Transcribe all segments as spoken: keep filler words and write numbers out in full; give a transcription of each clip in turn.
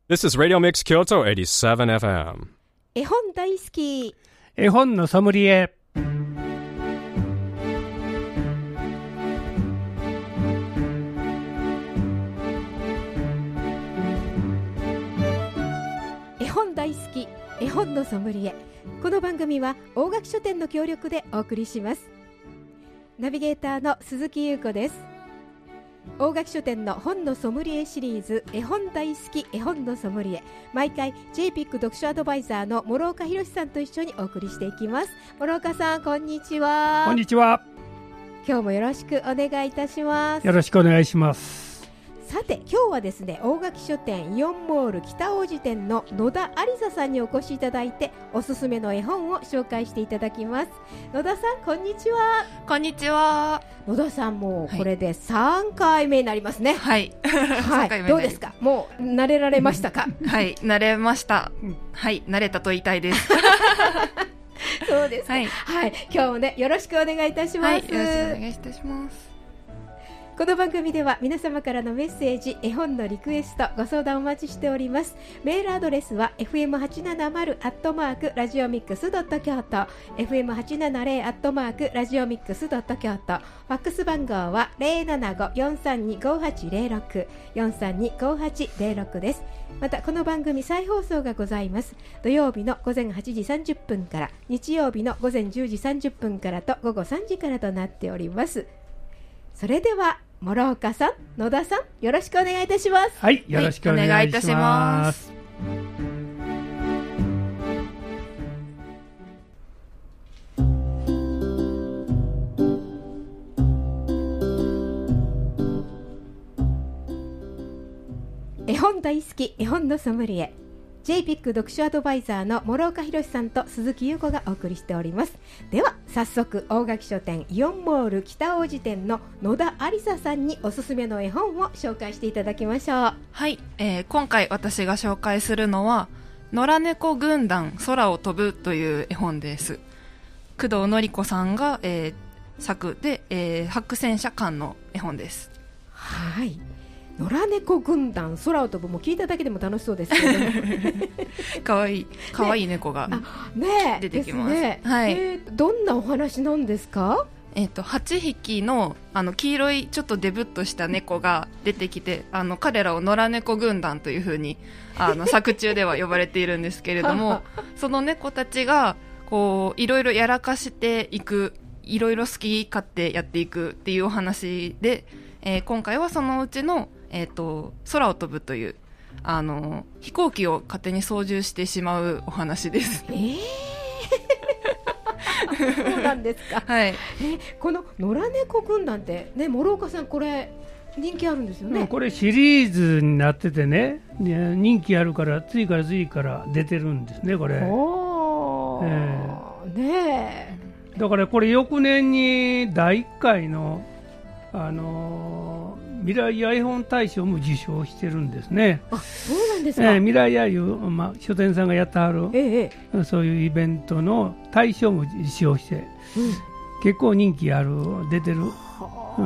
This is Radio Mix Kyoto エイティセブンエフエム。 絵本大好き。 絵本のソムリエ。 絵本大好き、絵本のソムリエ。この番組は大垣書店の協力でお送りします。ナビゲーターの鈴木優子です。大垣書店の本のソムリエシリーズ、絵本大好き絵本のソムリエ、毎回 ジェイピック 読書アドバイザーの諸岡博さんと一緒にお送りしていきます。諸岡さん、こんにちは。 こんにちは。 今日もよろしくお願いいたします。 よろしくお願いします。 さて、今日はですね、大垣書店イオンモール北大路店の野田ありささんにお越しいただいて、おすすめの絵本を紹介していただきます。野田さん、こんにちは。 こんにちは。 野田さん、もうこれでさんかいめになりますね。 はい、 はい、どうですか、もう慣れられましたか？ はい、慣れました。はい、慣れたと言いたいです。 そうですか、はいはい、今日もね、よろしくお願いいたします。はい、よろしくお願いいたします。 この番組では皆様からのメッセージ、絵本のリクエスト、ご相談お待ちしております。メールアドレスは エフエムはちななまる アットマーク ラジオミックス ドット 京都 エフエムはちななゼロ アットマーク ラジオミックス ドット 京都。ファックス番号は ゼロななご よんさんに ごはちゼロろく よんさんに ごはちゼロろく です。またこの番組再放送がございます。土曜日の午前はちじさんじゅっぷんから、日曜日の午前じゅうじさんじゅっぷんからと午後さんじからとなっております。それでは諸岡さん、野田さん、よろしくお願いいたします。 はい、よろしくお願いいたします。 絵本大好き、絵本のソムリエ、ジェイピック 読書アドバイザーの諸岡博さんと鈴木優子がお送りしております。では早速、大垣書店イオンモール北大路店の野田ありささんにおすすめの絵本を紹介していただきましょう。 はい、えー、今回私が紹介するのは野良猫軍団空を飛ぶという絵本です。工藤典子さんが、えー、作で、えー、白戦車館の絵本です。 はい、野良猫軍団空を飛ぶ、もう聞いただけでも楽しそうですけれどもかわいいかわいい猫が出てきます。 ねえ、はい、えー、どんなお話なんですか？ えー、とはちひき の, あの黄色いちょっとデブッとした猫が出てきて、あの彼らを野良猫軍団というふうにあの作中では呼ばれているんですけれどもその猫たちがこういろいろやらかしていく、いろいろ好き勝手やっていくっていうお話で、えー、今回はそのうちの、えー、と空を飛ぶというあの飛行機を勝手に操縦してしまうお話です。 えーそうなんですか。 はい、 えこの野良猫軍団ってね、諸岡さん、これ人気あるんですよね。 うん、これシリーズになっててね、人気あるから次から次から出てるんですね、これ。 おー、えー、ねえだからこれ翌年にだいいっかいの、あのー、未来や絵本大賞も受賞してるんですね。 あ、そうなんですか。 えー、未来やいう、まあ、書店さんがやってはる、 ええ、そういうイベントの大賞も受賞して、うん、結構人気ある出てる、うん、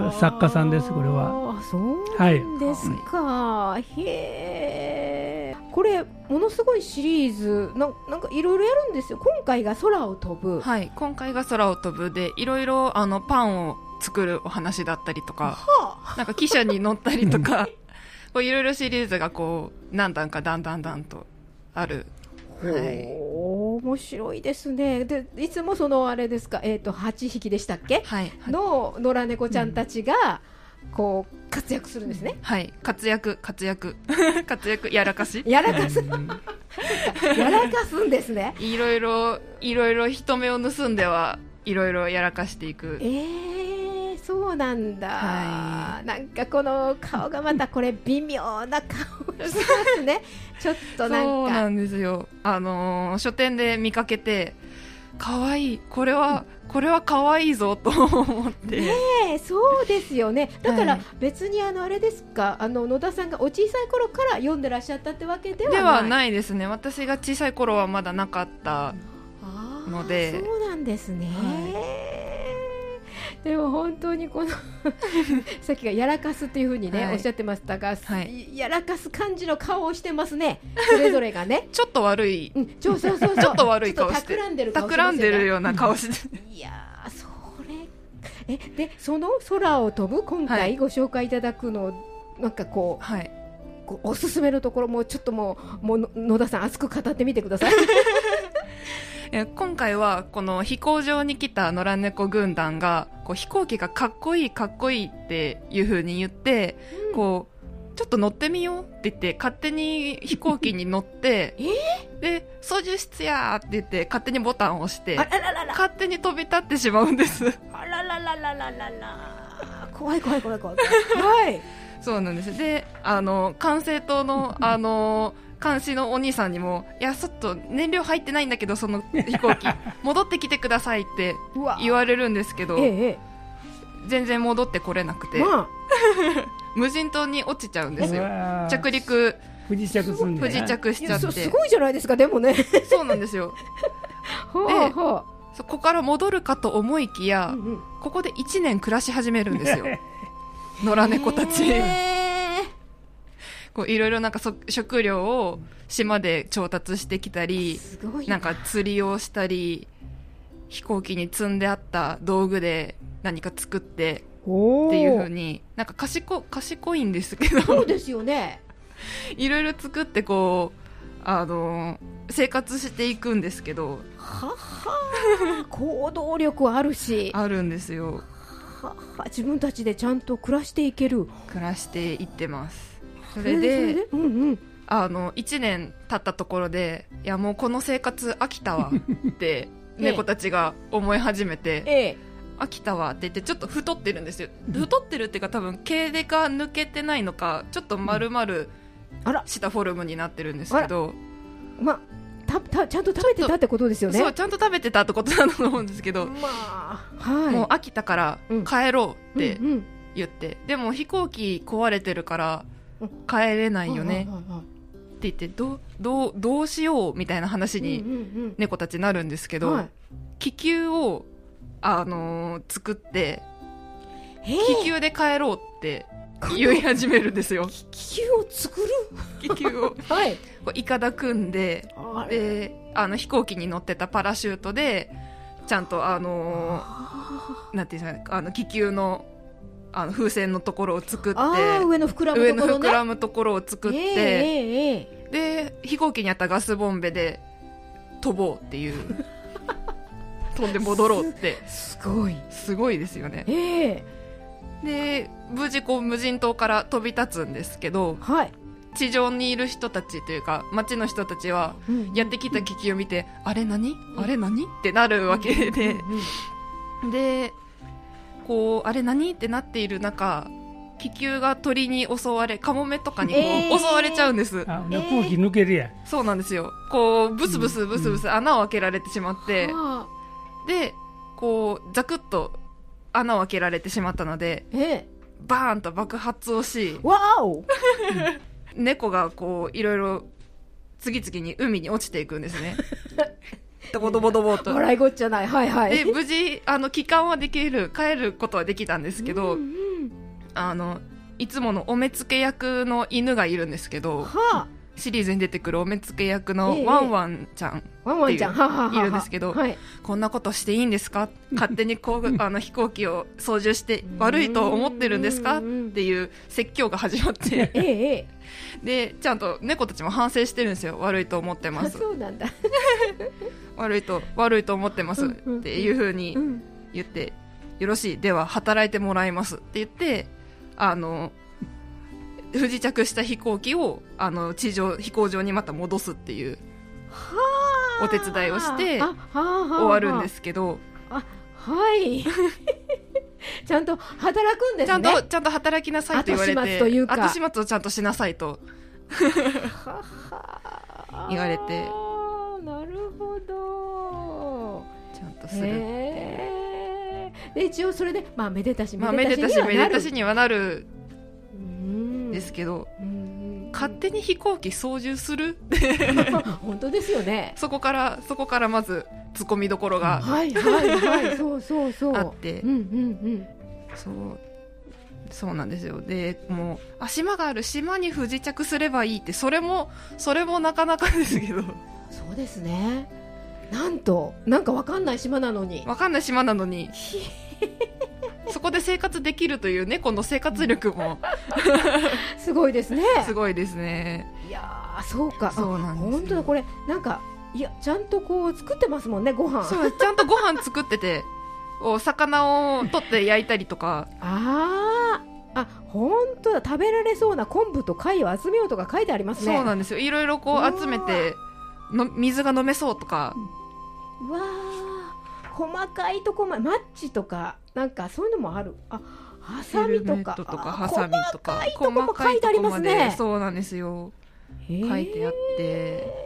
作家さんです。これは。 あ、そうなんですか。はい、へー、これものすごいシリーズ な, なんかいろいろやるんですよ。今回が空を飛ぶ。 はい、今回が空を飛ぶで、いろいろあのパンを作るお話だったりとか、はあ、なんか汽車に乗ったりとかこういろいろシリーズがこう何段かだんだんだんとある。 はい、面白いですね。でいつもそのあれですか、えー、とはちひきでしたっけ、 はい、 の野良猫ちゃんたちがこう活躍するんですね。 うん、はい、活躍活躍活躍やらかしやらかすやらかすんですね。 いろいろいろいろ人目を盗んではいろいろやらかしていく。 えー、そうなんだ。 はい、 なんかこの顔がまたこれ微妙な顔しますね。ちょっとなんかそうなんですよ。あのー、書店で見かけてかわいい、これはこれはかわいいぞと思ってねえ、そうですよね。だから別にあのあれですか、あの野田さんがお小さい頃から読んでらっしゃったってわけではない。 ではないですね。私が小さい頃はまだなかったので。 そうなんですね。はでも本当にこのさっきがやらかすっていうふうにね、はい、おっしゃってましたが、はい、やらかす感じの顔をしてますね、それぞれがねちょっと悪い、 うん、そうそうそうそう、 ちょっと悪い顔して企んでる顔して企んでるような顔して、 うん、いやーそれえでその空を飛ぶ今回ご紹介いただくの、はい、なんかこう、はい、こうおすすめのところもうちょっともう、もう野田さん熱く語ってみてください今回はこの飛行場に来た野良猫軍団がこう飛行機がかっこいいかっこいいっていう風に言って、うん、こうちょっと乗ってみようって言って勝手に飛行機に乗ってえで操縦室やーって言って勝手にボタンを押してあらららら勝手に飛び立ってしまうんです。 あららららららら怖い怖い怖い怖いはいそうなんです。であの管制塔のあの監視のお兄さんにもいやちょっと燃料入ってないんだけどその飛行機戻ってきてくださいって言われるんですけど、ええ、全然戻ってこれなくて、まあ、無人島に落ちちゃうんですよ。着陸不時着するん不時着しちゃってすごいじゃないですか。でもねそうなんですよでそこから戻るかと思いきや、うんうん、ここでいちねん暮らし始めるんですよ野良猫たち、こういろいろなんかそ食料を島で調達してきたりなんか釣りをしたり飛行機に積んであった道具で何か作ってっていう風になんか賢、賢いんですけどそうですよねいろいろ作ってこうあの生活していくんですけどはは行動力あるしあるんですよ。 はは自分たちでちゃんと暮らしていける暮らしていってます。それで、うんうん、あのいちねん経ったところでいやもうこの生活飽きたわって猫たちが思い始めて、ええ、飽きたわって言ってちょっと太ってるんですよ。太ってるっていうか多分毛が抜けてないのかちょっと丸々したフォルムになってるんですけど、 またたちゃんと食べてたってことですよね。 そうちゃんと食べてたってことだと思うんですけど、まあはい、もう飽きたから帰ろうって言って、うんうんうん、でも飛行機壊れてるから帰れないよねって言ってど ど, どうしようみたいな話に猫たちなるんですけど、うんうんうん、気球を、あのー、作って気球で帰ろうって言い始めるんですよ。 気球を作る気球を、はい、こういかだ組んでであの飛行機に乗ってたパラシュートでちゃんとあのー、なんていうんですか、あの気球のあの風船のところを作って上の膨らむところ、ね、 上の膨らむところを作って、 えーえー、 で飛行機にあったガスボンベで飛ぼうっていう飛んで戻ろうってすごいすごいですよね、 えー、で無事こう無人島から飛び立つんですけど、はい、地上にいる人たちというか街の人たちはやってきた気球を見て、うん、あれ何あれ何ってなるわけで、うんうん、でこうあれ何ってなっている中気球が鳥に襲われカモメとかにこう、えー、襲われちゃうんです。 あ空気抜けるやん。 そうなんですよ。こうブスブスブスブス穴を開けられてしまって、うん、でこうザクッと穴を開けられてしまったので、えー、バーンと爆発をしわお猫がこういろいろ次々に海に落ちていくんですねドボドボドボと笑いごっちゃない、はいはい、 で無事あの帰還はできる帰ることはできたんですけど、うんうん、あのいつものお目付け役の犬がいるんですけど、はあ、シリーズに出てくるお目付け役のワンワンちゃんっていういるんですけど、はい、こんなことしていいんですか勝手にこうあの飛行機を操縦して悪いと思ってるんですかっていう説教が始まってええでちゃんと猫たちも反省してるんですよ。悪いと思ってますそうなんだ悪いと悪いと思ってますっていう風に言って、よろしいでは働いてもらいますって言ってあの不時着した飛行機をあの地上飛行場にまた戻すっていうお手伝いをして終わるんですけど、 あはいちゃんと働くんですね。 ちゃんとちゃんと働きなさいと言われて、後始末というか後始末をちゃんとしなさいと言われて、 なるほどちゃんとするってで一応それでまあめでたしめでたしにはなる、 まあ、めでたしめでたしにはなるですけど、 うん、 勝手に飛行機操縦する本当ですよね。 そこからそこからまず突っ込みどころがはいはいはいそうそうそうあって、 うんうんうん、 そうそうなんですよ。でもうあ島がある、島に不時着すればいいって、それもそれもなかなかですけどそうですね。なんとなんかわかんない島なのにわかんない島なのにそこで生活できるという猫の生活力もすごいですね。 すごいですね。 いやそうか、 そうなんですよ。 本当だ、これなんかいやちゃんとこう作ってますもんね、ご飯。 そうちゃんとご飯作っててお魚を取って焼いたりとかあーあ、本当だ、食べられそうな昆布と貝を集めようとか書いてありますね。 そうなんですよ。いろいろこう集めての水が飲めそうとか、 うわー、細かいとこまでマッチとかなんかそういうのもある。あ、ハサミとかヘルメットとかハサミとか細かいとこも書いてありますね。 そうなんですよ。書いてあって、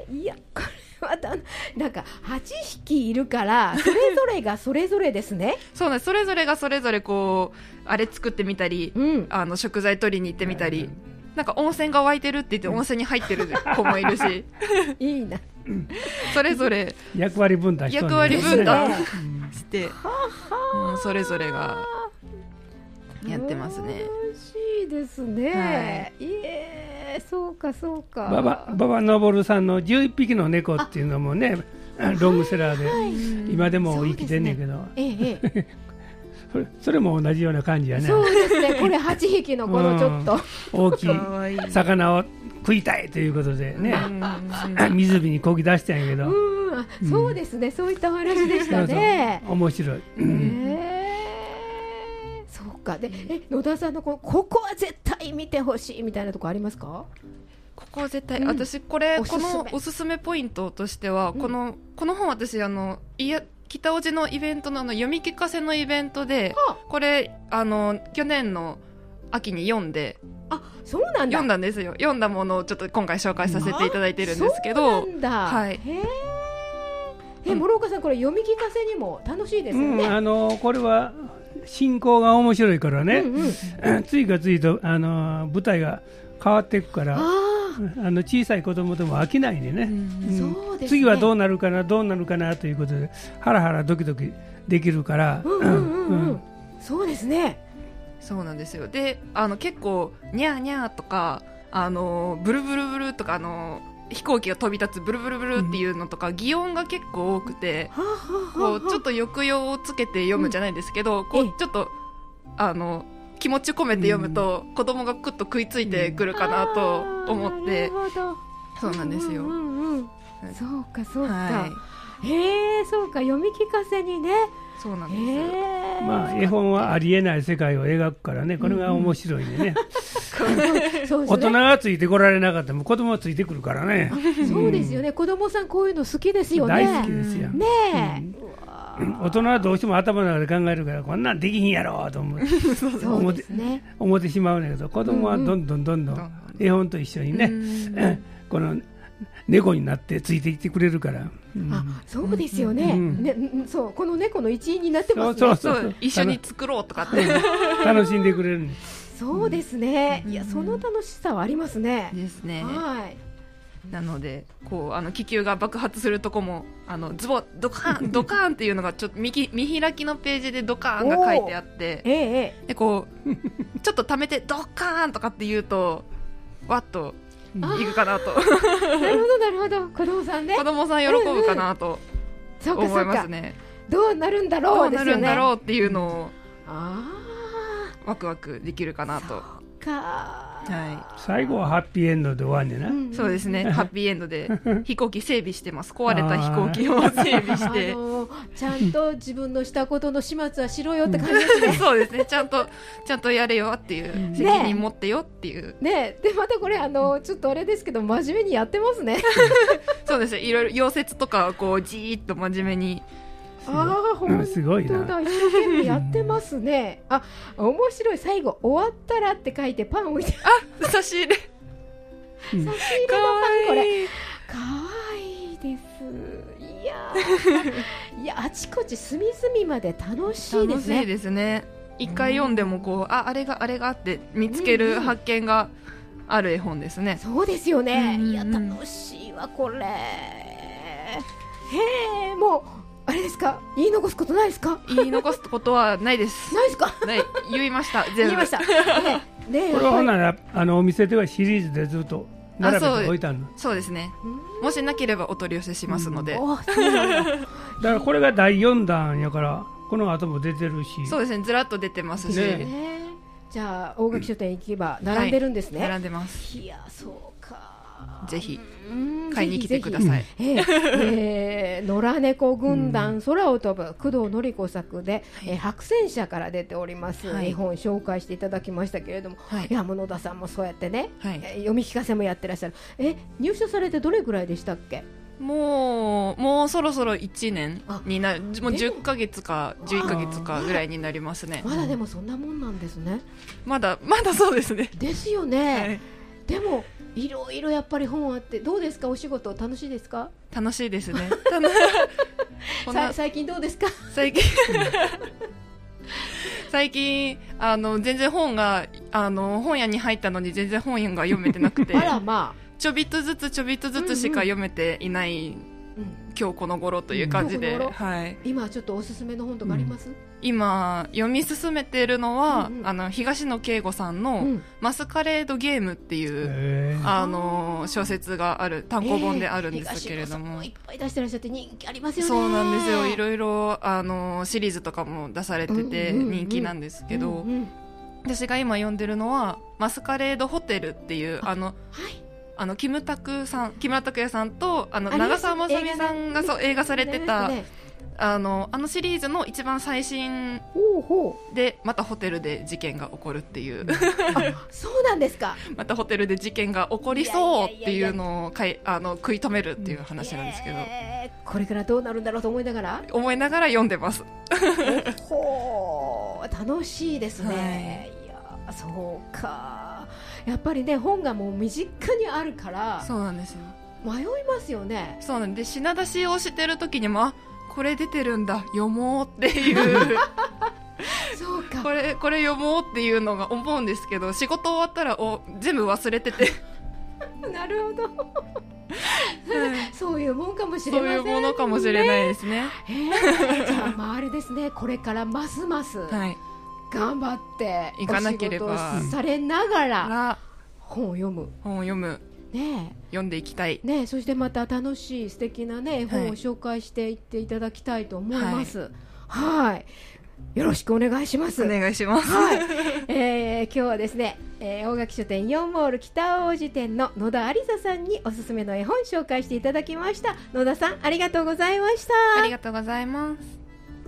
いやこれはだなんかはちひきいるからそれぞれがそれぞれですねそうなんです。それぞれがそれぞれこうあれ作ってみたり、うん、あの食材取りに行ってみたり、うん、なんか温泉が湧いてるって言って温泉に入ってる子もいるしいいな、 それぞれ役割分担して、 役割分担して、うん、それぞれがやってますね。 楽しいですね、はい、いえそうかそうか。 馬場馬場昇さんのじゅういっぴきの猫っていうのもねロングセラーで、はい、今でも生きてんねんけど、ねええ、そ, れそれも同じような感じやね。 そうですね、これはちひきのこのちょっと、 うん、大きい魚を食いたいということでね湖にこぎ出したんやけど、 うん、そうですね、そういったお話でしたね。 そうそう面白い、うん、 えーそうか。でえ野田さんのこここは絶対見てほしいみたいなとこありますか？ ここは絶対、うん、私これこのおすすめポイントとしては、うん、このこの本私あのいや北大路のイベントの、あの読み聞かせのイベントで、はあ、これあの去年の秋に読んで、 あ、そうなんだ、 読んだんですよ。読んだものをちょっと今回紹介させていただいてるんですけど、 そうなんだ、 はい、 へえ、諸岡さんこれ読み聞かせにも楽しいですよね、 うん、あのこれは進行が面白いからね、うんうん、次が次とあの舞台が変わっていくから、ああの小さい子供でも飽きないでね、うんうん、次はどうなるかなどうなるかなということでハラハラドキドキできるから、うんうんうんうん、 そうですね。 そうなんですよ。であの結構ニャーニャーとかあのブルブルブルとかあの飛行機が飛び立つブルブルブルっていうのとか、うん、擬音が結構多くて、こうちょっと抑揚をつけて読むじゃないですけど、うん、こうちょっとあの気持ち込めて読むと、うん、子供がクッと食いついてくるかなと思って、うん、そうなんですよ、うんうんうん、 そうかそうか、 はい、 へえ、そうか、読み聞かせにね。 そうなんですよ。 まあ絵本はありえない世界を描くからね、これが面白いんでね、うん、大人がついてこられなかったも子供はついてくるからね。 そうですよね、子供さんこういうの好きですよね。 大好きですよねえ、うん、大人はどうしても頭の中で考えるからこんなんできひんやろと思うそうですね、 思ってしまうんだけど、子供はどんどんどんどん絵本と一緒にね、うん、この猫になってついてきてくれるから、 うん、あ、そうですよね、うん、ね、そう、この猫の一員になってますね。 そうそうそう、一緒に作ろうとかって楽しんでくれるんです。 そうですね、いや、その楽しさはありますね。 ですね、 はい。 なのでこうあの気球が爆発するとこもあのズボッドカーンドカーンっていうのがちょっと 見, 見開きのページでドカーンが書いてあって、 ええ、 でこうちょっと溜めてドカーンとかって言うとわっといくかなとなるほどなるほど、子供さんね、 子供さん喜ぶかなと思いますね。 どうなるんだろうですよね、 どうなるんだろうっていうのをあワクワクできるかなと。 そうか、 はい、 最後はハッピーエンドで終わんねんな、 うんうん、そうですね、ハッピーエンドで飛行機整備してます。壊れた飛行機を整備してあのー、ちゃんと自分のしたことの始末はしろよって感じですねそうですね、ちゃんとちゃんとやれよっていう、責任持ってよっていうね。でまたこれあのちょっとあれですけど真面目にやってますねそうですね、いろいろ溶接とかこうじーっと真面目に、 ああ、ほんとだ、 すごいな、 一生懸命やってますね。あ、面白い、最後終わったらって書いてパン置いて、 あ、差し入れ差し入れのパン、これかわいいです。いやいや、あちこち隅々まで楽しいですね。 楽しいですね。一回読んでもこう、あ、あれがあれがって見つける発見がある絵本ですね。 そうですよね、 うんうんうん、 いや楽しいわこれ。へえ、もうあれですか、言い残すことないですか？ 言い残すことはないですないですか？ ない言いました全部言いました、ねね、 これはほんならあのお店ではシリーズでずっと並べて置いてあるの。 そうですね、もしなければお取り寄せしますので、 うん、そうなんだだからこれがだいよんだんやからこの後も出てるし。 そうですね、ずらっと出てますし、ね、 じゃあ大垣書店行けば並んでるんですね、 はい、並んでます。 いやそうか、 ぜひ買いに来てください。 えーえー、野良猫軍団空を飛ぶ工藤典子作で、えー、白戦車から出ております、はい、絵本紹介していただきましたけれども、はい、いや野田さんもそうやってね、はい、えー、読み聞かせもやってらっしゃる。え入社されてどれぐらいでしたっけ？ もうもうそろそろいちねんになる、もうじゅっかげつかじゅういっかげつかぐらいになりますね。 まだでもそんなもんなんですね。 まだまだそうですね。 ですよね、はい、でもいろいろやっぱり本あって、どうですかお仕事楽しいですか？ 楽しいですね最近どうですか？ 最近最近あの全然本があの本屋に入ったのに全然本が読めてなくてあらまあちょびっとずつちょびっとずつしか読めていない、うんうん、今日この頃という感じで、うん、はい、 今ちょっとおすすめの本とかあります？うん、 今読み進めているのは、うんうん、あの東野圭吾さんの、うん、マスカレードゲームっていう、あの小説がある単行本であるんですけれども、 えー、東野さんもいっぱい出してらっしゃって人気ありますよね。 そうなんですよ、いろいろあのシリーズとかも出されてて人気なんですけど、うんうんうん、私が今読んでるのはマスカレードホテルっていうあの、はい、あのキムタクさん、木村拓哉さんとあの長澤まさみさんがそう映画されてた、ね、あのあのシリーズの一番最新でまたホテルで事件が起こるっていうあ、そうなんですか。 またホテルで事件が起こりそうっていうのをかいあの食い止めるっていう話なんですけど、 えー、これからどうなるんだろうと思いながら思いながら読んでますほー楽しいですね、はい、いやそうか、やっぱりね本がもう身近にあるからそうなんですよ、 迷いますよね。 そうなんで品出しをしてる時にもあこれ出てるんだ読もうっていうそうか、 これこれ読もうっていうのが思うんですけど仕事終わったらお全部忘れててなるほど、うん、そういうもんかもしれませんね。 そういうものかもしれないですね。 えー、じゃあまああれですね、これからますます頑張っていかなければお仕事されながら本を読む本を読むね、読んでいきたい、 ね、そしてまた楽しい素敵なね本を紹介していっていただきたいと思います。はい、はい、よろしくお願いします。 お願いします。 はい、えー、今日はですね、えー、大垣書店イオンモール北大路店の野田有沙さんにおすすめの絵本紹介していただきました。野田さんありがとうございました。 ありがとうございます。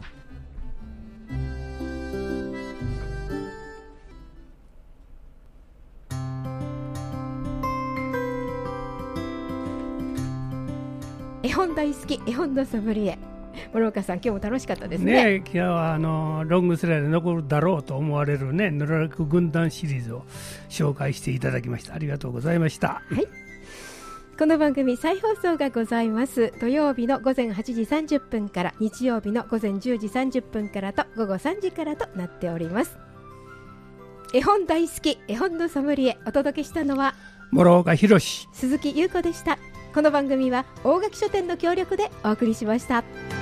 絵本大好き絵本のソムリエ諸岡さん、今日も楽しかったです ね, ね。今日はあのロングセラーで残るだろうと思われるね野良猫軍団シリーズを紹介していただきました。ありがとうございました。 はい、この番組再放送がございます。土曜日の午前はちじさんじゅっぷんから日曜日の午前じゅうじさんじゅっぷんからと午後さんじからとなっております。絵本大好き絵本のソムリエ、お届けしたのは諸岡弘、 鈴木優子でした。この番組は大垣書店の協力でお送りしました。